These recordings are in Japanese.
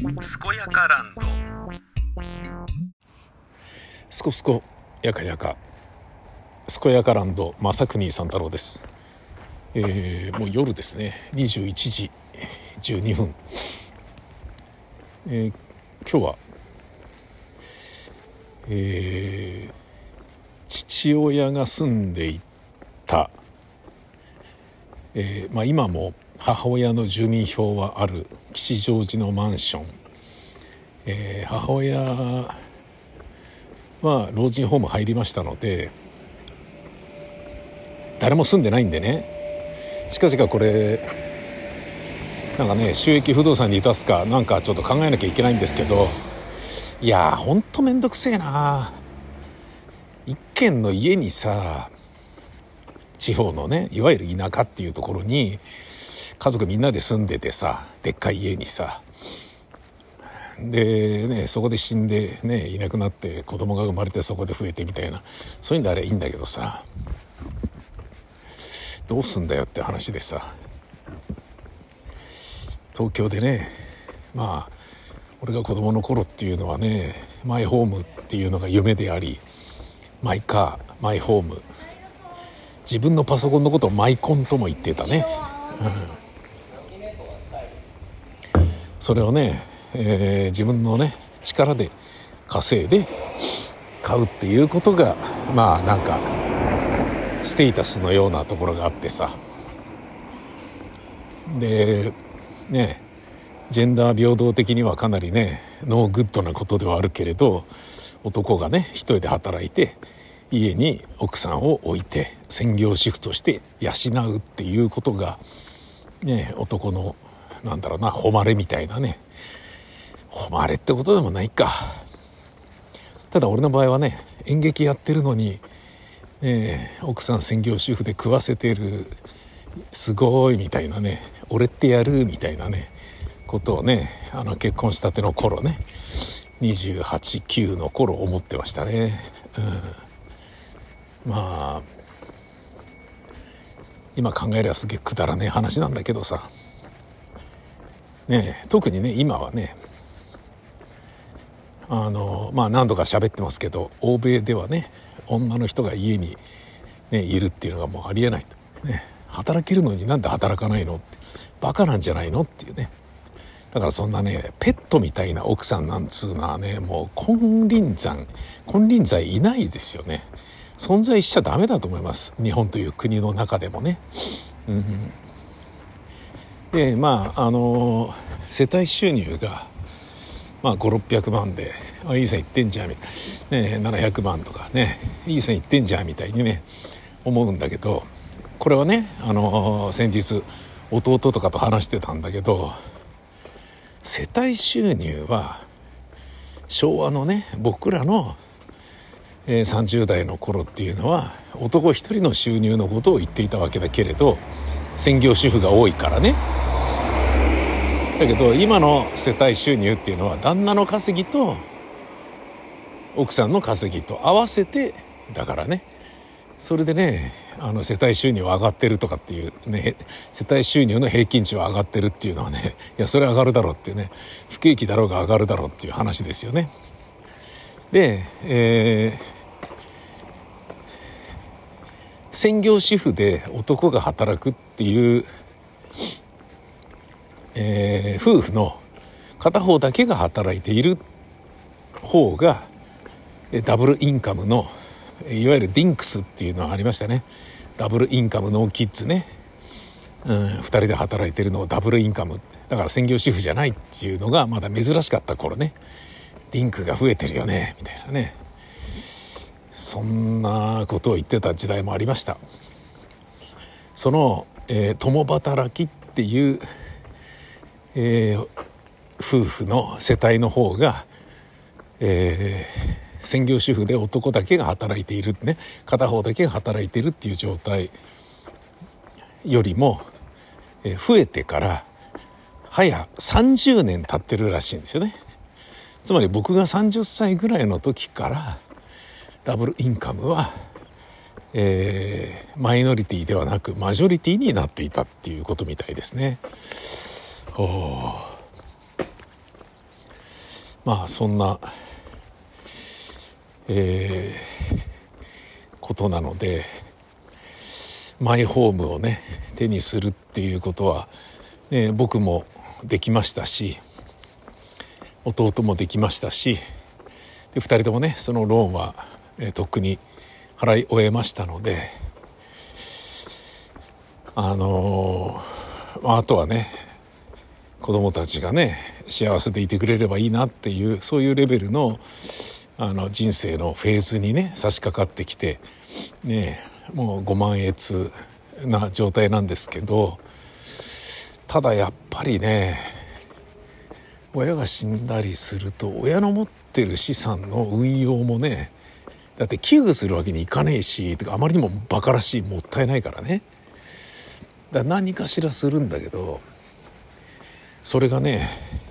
こやかランド。すこすこやかやか、すこやかランド正国三太郎です。もう夜ですね、21時12分。今日は、父親が住んでいた、今も母親の住民票はある吉祥寺のマンション、母親は老人ホーム入りましたので誰も住んでないんでね、近々これなんかね、収益不動産に出すかなんかちょっと考えなきゃいけないんですけど、いやーほんとめんどくせえな。一軒の家にさ、地方のね、いわゆる田舎っていうところに家族みんなで住んでてさ、でっかい家にさ、でね、そこで死んでね、いなくなって子供が生まれてそこで増えてみたいな、そういうんであれいいんだけどさ、どうすんだよって話でさ、東京でね、俺が子供の頃っていうのはね、マイホームっていうのが夢であり、マイカー、マイホーム、自分のパソコンのことをマイコンとも言ってたね、それをね、自分のね力で稼いで買うっていうことがなんかステータスのようなところがあってさ、でね、ジェンダー平等的にはかなりねノーグッドなことではあるけれど、男がね一人で働いて家に奥さんを置いて専業主婦として養うっていうことがね、男のなんだろうな、誉れみたいなね、誉れってことでもないか。ただ俺の場合はね、演劇やってるのに、奥さん専業主婦で食わせてる、すごいみたいなね、俺ってやるみたいなねことをね、結婚したての頃ね、28、9の頃思ってましたね。今考えればすげえくだらねえ話なんだけどさ、特にね今はね、何度か喋ってますけど、欧米ではね女の人が家に、いるっていうのがもうありえないと、働けるのになんで働かないのって、バカなんじゃないのっていうね。だからそんなねペットみたいな奥さんなんつうのはね、もう金輪際いないですよね。存在しちゃダメだと思います、日本という国の中でもね。で世帯収入が500-600万で、いい線いってんじゃんみたいな、700万とかね、いい線いってんじゃんみたいにね思うんだけど、これはね先日弟とかと話してたんだけど、世帯収入は昭和のね僕らの30代の頃っていうのは男一人の収入のことを言っていたわけだけれど、専業主婦が多いからね。だけど今の世帯収入っていうのは旦那の稼ぎと奥さんの稼ぎと合わせてだからね、それでね世帯収入は上がってるとかっていうね、世帯収入の平均値は上がってるっていうのはね、いやそれ上がるだろうっていうね、不景気だろうが上がるだろうっていう話ですよね。で、専業主婦で男が働くっていう、夫婦の片方だけが働いている方がダブルインカムのいわゆるディンクスっていうのがありましたね。ダブルインカムノーキッズね、2人で働いてるのをダブルインカムだから専業主婦じゃないっていうのがまだ珍しかった頃ね、ディンクが増えてるよねみたいなね、そんなことを言ってた時代もありました。その、共働きっていう、夫婦の世帯の方が、専業主婦で男だけが働いているね、片方だけが働いているっていう状態よりも、増えてから早30年経ってるらしいんですよね。つまり僕が30歳ぐらいの時からダブルインカムは、マイノリティではなくマジョリティになっていたっていうことみたいですね。 まあそんな、ことなので、マイホームをね手にするっていうことは、僕もできましたし、弟もできましたし、で2人ともねそのローンは、とっくに払い終えましたので、あとはね子供たちがね幸せでいてくれればいいなっていう、そういうレベルの人生のフェーズにね差し掛かってきてね、もうご満悦な状態なんですけど、ただやっぱりね、親が死んだりすると親の持ってる資産の運用もね、だって寄付するわけにいかねえし、あまりにもバカらしい、もったいないからね、だから何かしらするんだけど、それがね、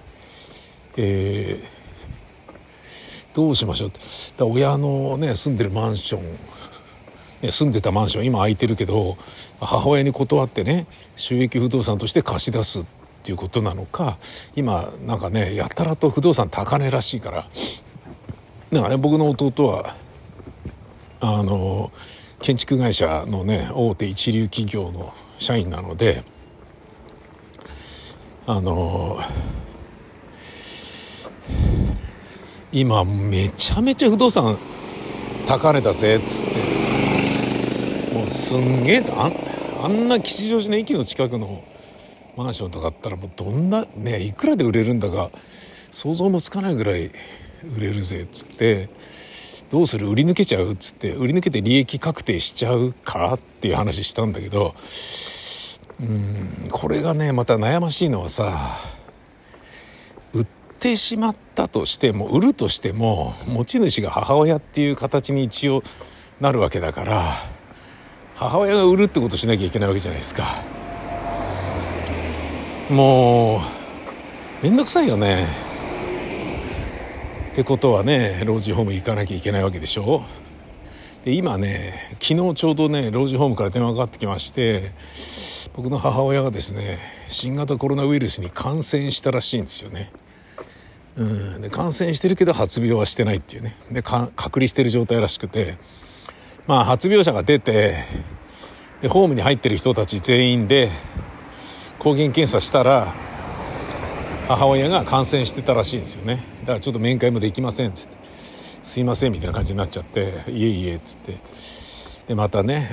どうしましょうって。だ親のね住んでるマンション、住んでたマンション今空いてるけど、母親に断ってね収益不動産として貸し出すっていうことなのか、今なんかねやたらと不動産高値らしいから、なんかね僕の弟は建築会社のね大手一流企業の社員なので、今めちゃめちゃ不動産高値だぜっつって、もうすんげえあんな吉祥寺の駅の近くのマンションとかあったらもうどんなねいくらで売れるんだか想像もつかないぐらい売れるぜっつって、どうする売り抜けちゃうっつって、売り抜けて利益確定しちゃうかっていう話したんだけど、これがねまた悩ましいのはさ、売ってしまったとしても売るとしても持ち主が母親っていう形に一応なるわけだから、母親が売るってことしなきゃいけないわけじゃないですか。もうめんどくさいよね。ってことはね老人ホーム行かなきゃいけないわけでしょ。で今ね昨日ちょうどね老人ホームから電話がかかってきまして、僕の母親がですね新型コロナウイルスに感染したらしいんですよね。で感染してるけど発病はしてないっていうね、で隔離してる状態らしくて、まあ発病者が出て、でホームに入ってる人たち全員で抗原検査したら母親が感染してたらしいんですよね。だからちょっと面会もできませんっつって、すいませんみたいな感じになっちゃって、いえいえっつって、でまたね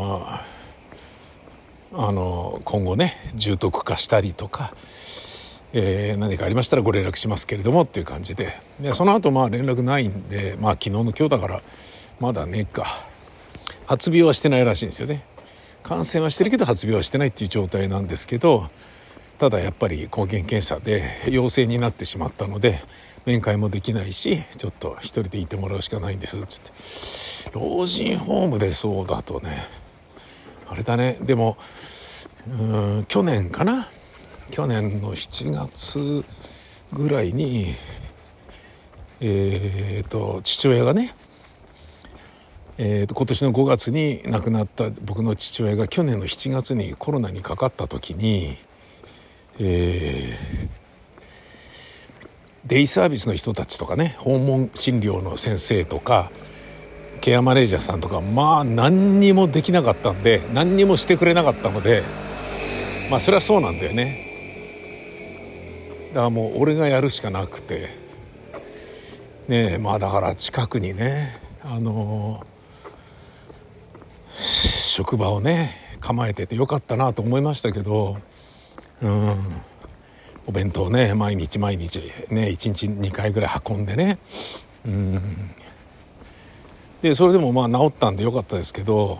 今後ね重篤化したりとか、何かありましたらご連絡しますけれどもっていう感じで、その後まあ連絡ないんで、まあ昨日の今日だからまだねえか、発病はしてないらしいんですよね。感染はしてるけど発病はしてないっていう状態なんですけど、ただやっぱり抗原検査で陽性になってしまったので面会もできないし、ちょっと一人でいてもらうしかないんですっつって。老人ホームでそうだとねあれだね。でも去年かな、去年の7月ぐらいに父親がね、今年の5月に亡くなった僕の父親が去年の7月にコロナにかかった時に、デイサービスの人たちとかね、訪問診療の先生とかケアマネージャーさんとか、まあ何にもできなかったんで、何にもしてくれなかったので、まあそれはそうなんだよね。だからもう俺がやるしかなくてねえ、まあだから近くにね職場をね構えててよかったなと思いましたけど、お弁当ね毎日ね1日2回ぐらい運んでね、でそれでもまあ治ったんでよかったですけど、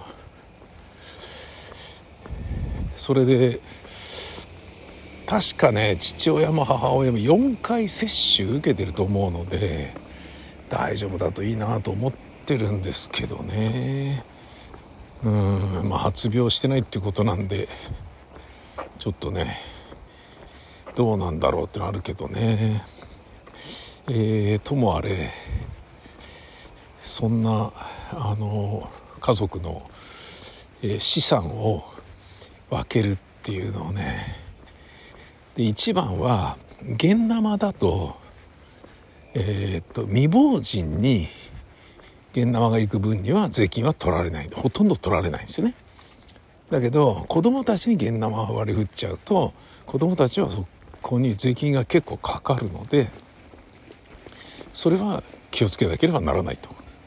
それで確かね父親も母親も4回接種受けてると思うので大丈夫だといいなと思ってるんですけどね。まあ発病してないっていうことなんでちょっとねどうなんだろうってのあるけどね。ともあれそんな家族の、資産を分けるっていうのをね、で一番は現生だと、 未亡人に現生が行く分には税金は取られない、ほとんど取られないんですよね。だけど子どもたちに現生を割り振っちゃうと、子どもたちはそこに税金が結構かかるので、それは気をつけなければならないと。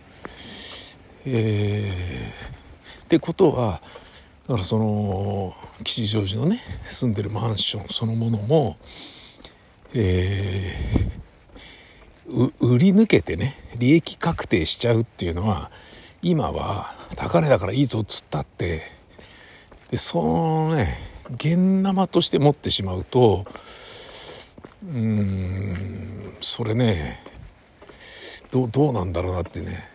ってことは、だからその吉祥寺のね住んでるマンションそのものも、売り抜けてね利益確定しちゃうっていうのは、今は高値だからいいぞっつったって、でそのね現生として持ってしまうと、それねどうなんだろうなってね、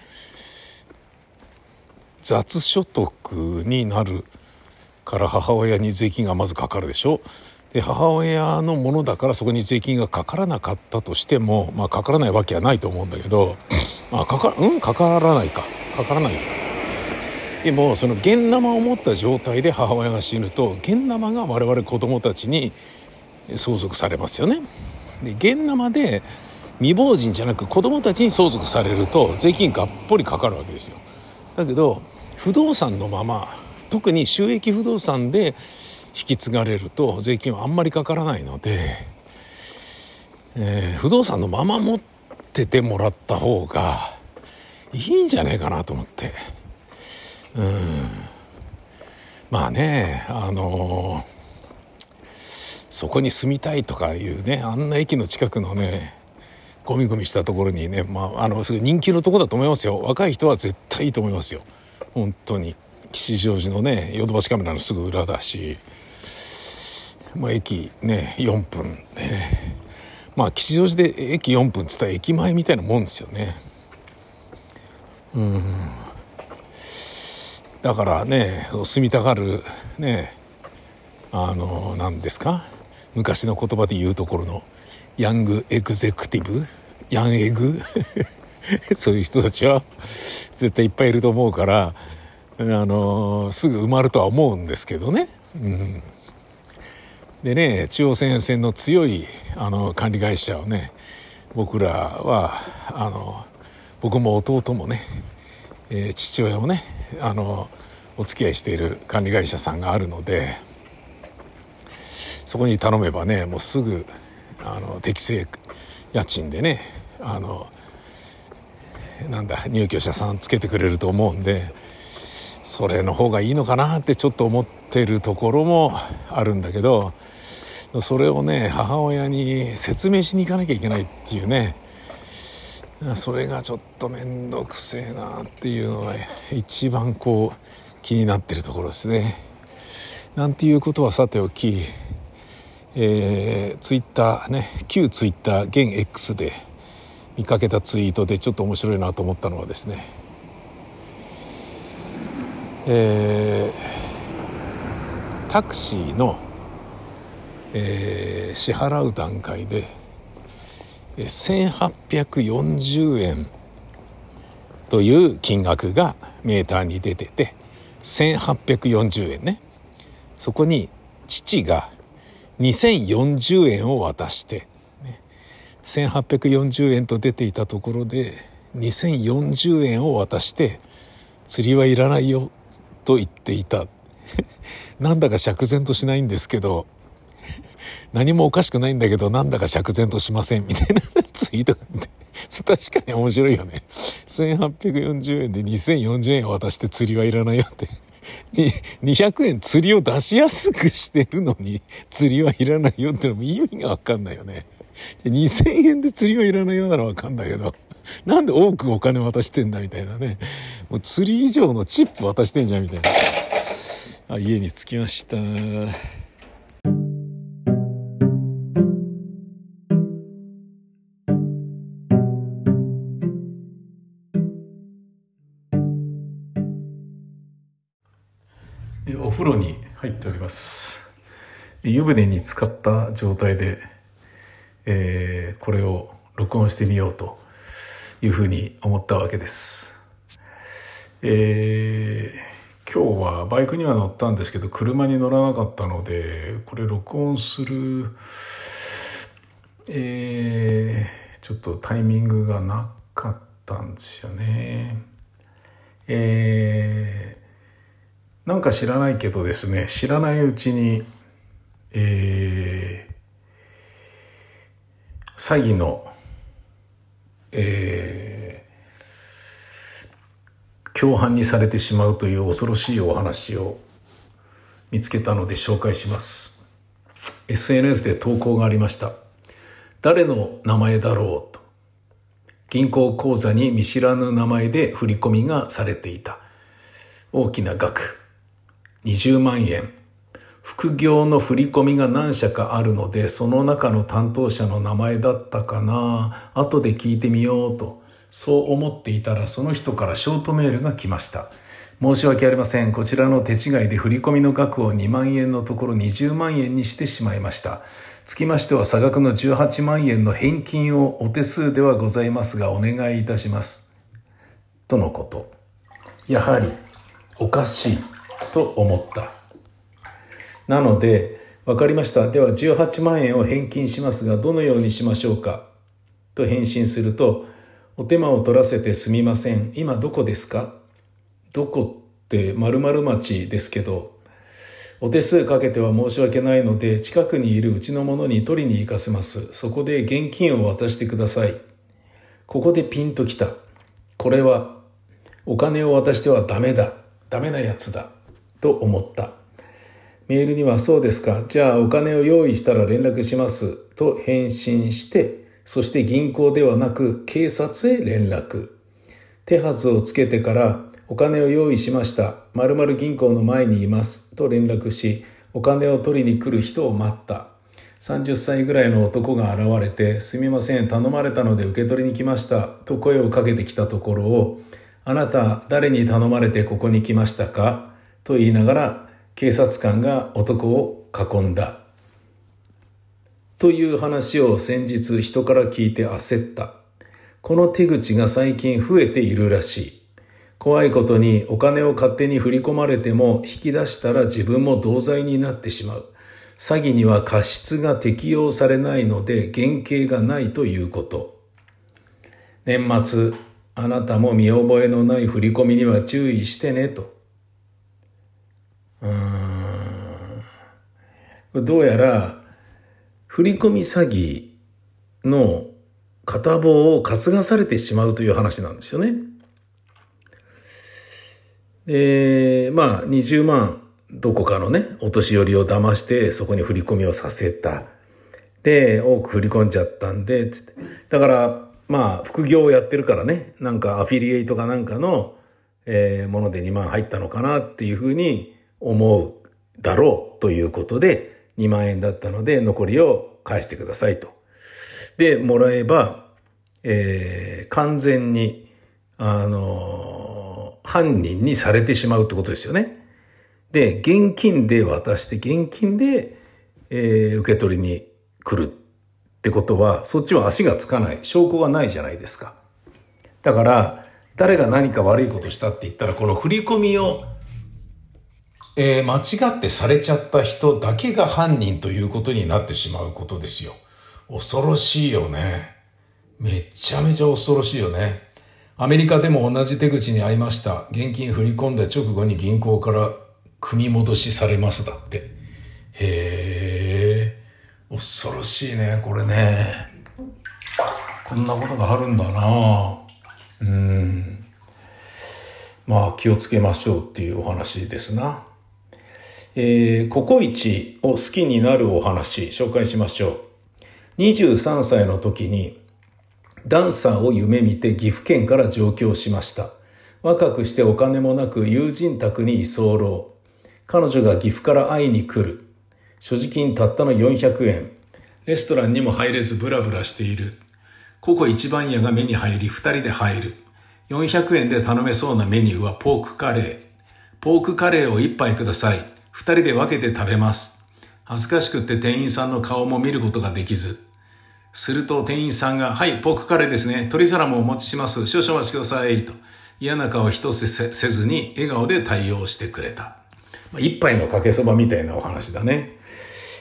雑所得になるから母親に税金がまずかかるでしょ。で母親のものだからそこに税金がかからなかったとしても、かからないわけはないと思うんだけど、かからないか。でもその現生を持った状態で母親が死ぬと、現生が我々子供たちに相続されますよね。で現生で未亡人じゃなく子供たちに相続されると税金がっぽりかかるわけですよ。だけど不動産のまま、特に収益不動産で引き継がれると税金はあんまりかからないので、不動産のまま持っててもらった方がいいんじゃないかなと思って。まあね、そこに住みたいとかいうね、あんな駅の近くのねゴミゴミしたところにね、すごい人気のところだと思いますよ。若い人は絶対いいと思いますよ。本当に吉祥寺のねヨドバシカメラのすぐ裏だし、駅ね4分ね、吉祥寺で駅4分っつったら駅前みたいなもんですよね。だからね住みたがるね、何ですか、昔の言葉で言うところのヤングエグゼクティブ、ヤンエグそういう人たちは絶対いっぱいいると思うから、すぐ埋まるとは思うんですけどね。でね、中央線線の強い管理会社をね、僕らは僕も弟もね、父親もねお付き合いしている管理会社さんがあるので、そこに頼めばねもうすぐ適正家賃でね入居者さんつけてくれると思うんで、それの方がいいのかなってちょっと思ってるところもあるんだけど、それをね母親に説明しに行かなきゃいけないっていうね、それがちょっと面倒くせえなっていうのが一番気になってるところですね。なんていうことはさておき、ツイッターね、旧ツイッター現 X で見かけたツイートでちょっと面白いなと思ったのはですね、タクシーの、支払う段階で1840円という金額がメーターに出てて、1840円ね、そこに父が2040円を渡して、ね、1840円と出ていたところで2040円を渡して、釣りはいらないよと言っていたなんだか釈然としないんですけど何もおかしくないんだけどなんだか釈然としませんみたいなツイートがあって、確かに面白いよね。1840円で2040円を渡して釣りはいらないよって200円釣りを出しやすくしてるのに釣りはいらないよってのも意味が分かんないよね。2000円で釣りはいらないようなら分かんないけど、なんで多くお金渡してんだみたいなね。もう釣り以上のチップ渡してんじゃんみたいな。家に着きました。お風呂に入っております。湯船に浸かった状態で、これを録音してみようというふうに思ったわけです。今日はバイクには乗ったんですけど車に乗らなかったので、これ録音する、 ちょっとタイミングがなかったんですよね。なんか知らないけどですね、知らないうちに、詐欺の、共犯にされてしまうという恐ろしいお話を見つけたので紹介します。SNS で投稿がありました。誰の名前だろうと。銀行口座に見知らぬ名前で振り込みがされていた。大きな額。20万円。副業の振り込みが何社かあるので、その中の担当者の名前だったかな。後で聞いてみようと。そう思っていたら、その人からショートメールが来ました。申し訳ありません。こちらの手違いで振り込みの額を2万円のところ20万円にしてしまいました。つきましては差額の18万円の返金をお手数ではございますがお願いいたします。とのこと。やはりおかしいと思った。なので、わかりました。では18万円を返金しますがどのようにしましょうかと返信すると、お手間を取らせてすみません。今どこですか？どこって〇〇町ですけど、お手数かけては申し訳ないので、近くにいるうちの者に取りに行かせます。そこで現金を渡してください。ここでピンときた。これは、お金を渡してはダメだ。ダメなやつだ。と思った。メールにはそうですか。じゃあお金を用意したら連絡します。と返信して、そして銀行ではなく警察へ連絡。手はずをつけてから、お金を用意しました。〇〇銀行の前にいます。と連絡し、お金を取りに来る人を待った。30歳ぐらいの男が現れて、すみません、頼まれたので受け取りに来ました。と声をかけてきたところを、あなた誰に頼まれてここに来ましたかと言いながら、警察官が男を囲んだ。という話を先日人から聞いて焦った。この手口が最近増えているらしい。怖いことにお金を勝手に振り込まれても引き出したら自分も同罪になってしまう。詐欺には過失が適用されないので減刑がないということ。年末、あなたも見覚えのない振り込みには注意してねと。どうやら振り込み詐欺の片棒を担がされてしまうという話なんですよね。20万どこかのね、お年寄りを騙してそこに振り込みをさせた。で、多く振り込んじゃったんで、つって。だから、副業をやってるからね、なんかアフィリエイトかなんかの、もので2万入ったのかなっていうふうに思うだろうということで、2万円だったので残りを返してくださいと。で、もらえば、完全に、犯人にされてしまうってことですよね。で、現金で渡して、現金で、受け取りに来るってことは、そっちは足がつかない、証拠がないじゃないですか。だから、誰が何か悪いことしたって言ったら、この振り込みを、間違ってされちゃった人だけが犯人ということになってしまうことですよ。恐ろしいよね。めちゃめちゃ恐ろしいよね。アメリカでも同じ手口に遭いました。現金振り込んだ直後に銀行から組み戻しされますだって。へー、恐ろしいね、これね。こんなことがあるんだな。気をつけましょうっていうお話ですな。ココイチを好きになるお話紹介しましょう。23歳の時にダンサーを夢見て岐阜県から上京しました。若くしてお金もなく友人宅に居候。彼女が岐阜から会いに来る。所持金たったの400円。レストランにも入れずブラブラしている。ココ一番屋が目に入り2人で入る。400円で頼めそうなメニューはポークカレー。ポークカレーを1杯ください。2人で分けて食べます。恥ずかしくって店員さんの顔も見ることができず。すると店員さんが、はい、ポークカレーですね。鶏皿もお持ちします。少々お待ちください。と嫌な顔一つせずに笑顔で対応してくれた。一杯のかけそばみたいなお話だね。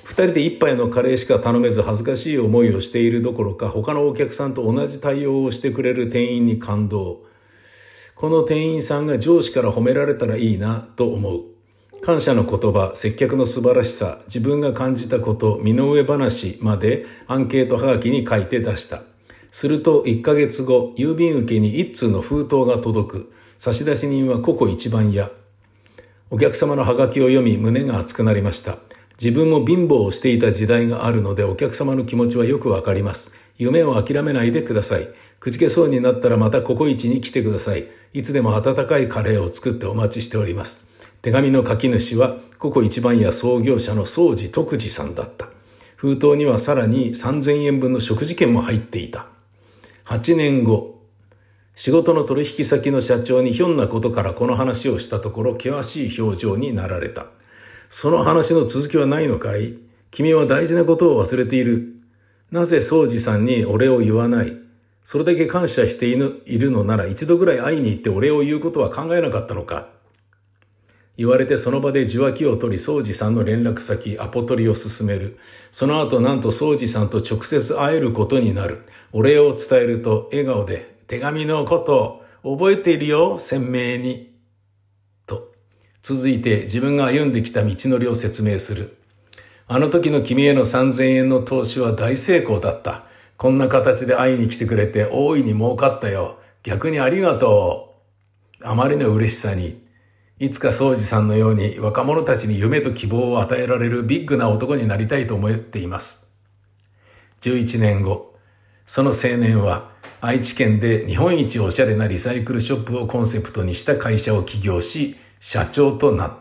二人で一杯のカレーしか頼めず恥ずかしい思いをしているどころか、他のお客さんと同じ対応をしてくれる店員に感動。この店員さんが上司から褒められたらいいなと思う。感謝の言葉、接客の素晴らしさ、自分が感じたこと、身の上話までアンケートはがきに書いて出した。すると1ヶ月後、郵便受けに一通の封筒が届く。差出人はココ一番屋。お客様のハガキを読み胸が熱くなりました。自分も貧乏をしていた時代があるのでお客様の気持ちはよくわかります。夢を諦めないでください。くじけそうになったらまたココイチに来てください。いつでも温かいカレーを作ってお待ちしております。手紙の書き主はココ一番屋創業者の宗司徳次さんだった。封筒にはさらに3000円分の食事券も入っていた。8年後、仕事の取引先の社長にひょんなことからこの話をしたところ険しい表情になられた。その話の続きはないのかい？君は大事なことを忘れている。なぜ宗司さんにお礼を言わない？それだけ感謝しているのなら一度ぐらい会いに行ってお礼を言うことは考えなかったのか？言われてその場で受話器を取り宗司さんの連絡先アポ取りを進める。その後なんと宗司さんと直接会えることになる。お礼を伝えると笑顔で手紙のことを覚えているよ鮮明に。と続いて自分が歩んできた道のりを説明する。あの時の君への3000円の投資は大成功だった。こんな形で会いに来てくれて大いに儲かったよ。逆にありがとう。あまりの嬉しさに、いつか宗司さんのように若者たちに夢と希望を与えられるビッグな男になりたいと思っています。11年後、その青年は愛知県で日本一おしゃれなリサイクルショップをコンセプトにした会社を起業し、社長となった。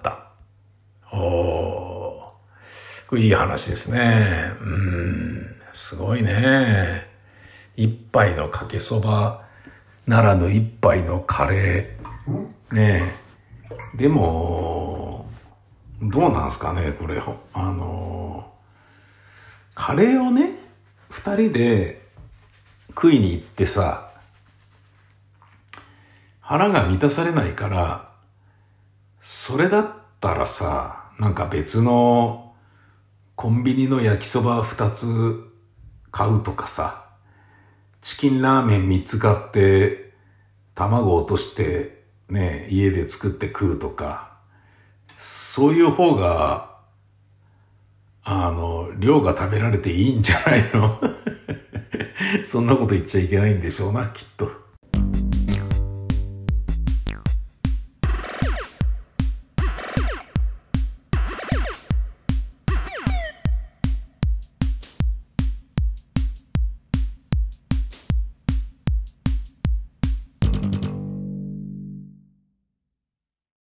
これいい話ですね。すごいね。一杯のかけそばならぬ一杯のカレー。ねえ。でも、どうなんすかね、これ。カレーをね、二人で食いに行ってさ、腹が満たされないから、それだったらさ、なんか別のコンビニの焼きそば2つ買うとかさ、チキンラーメン3つ買って卵落としてね、家で作って食うとか、そういう方が量が食べられていいんじゃないのそんなこと言っちゃいけないんでしょうな、きっと。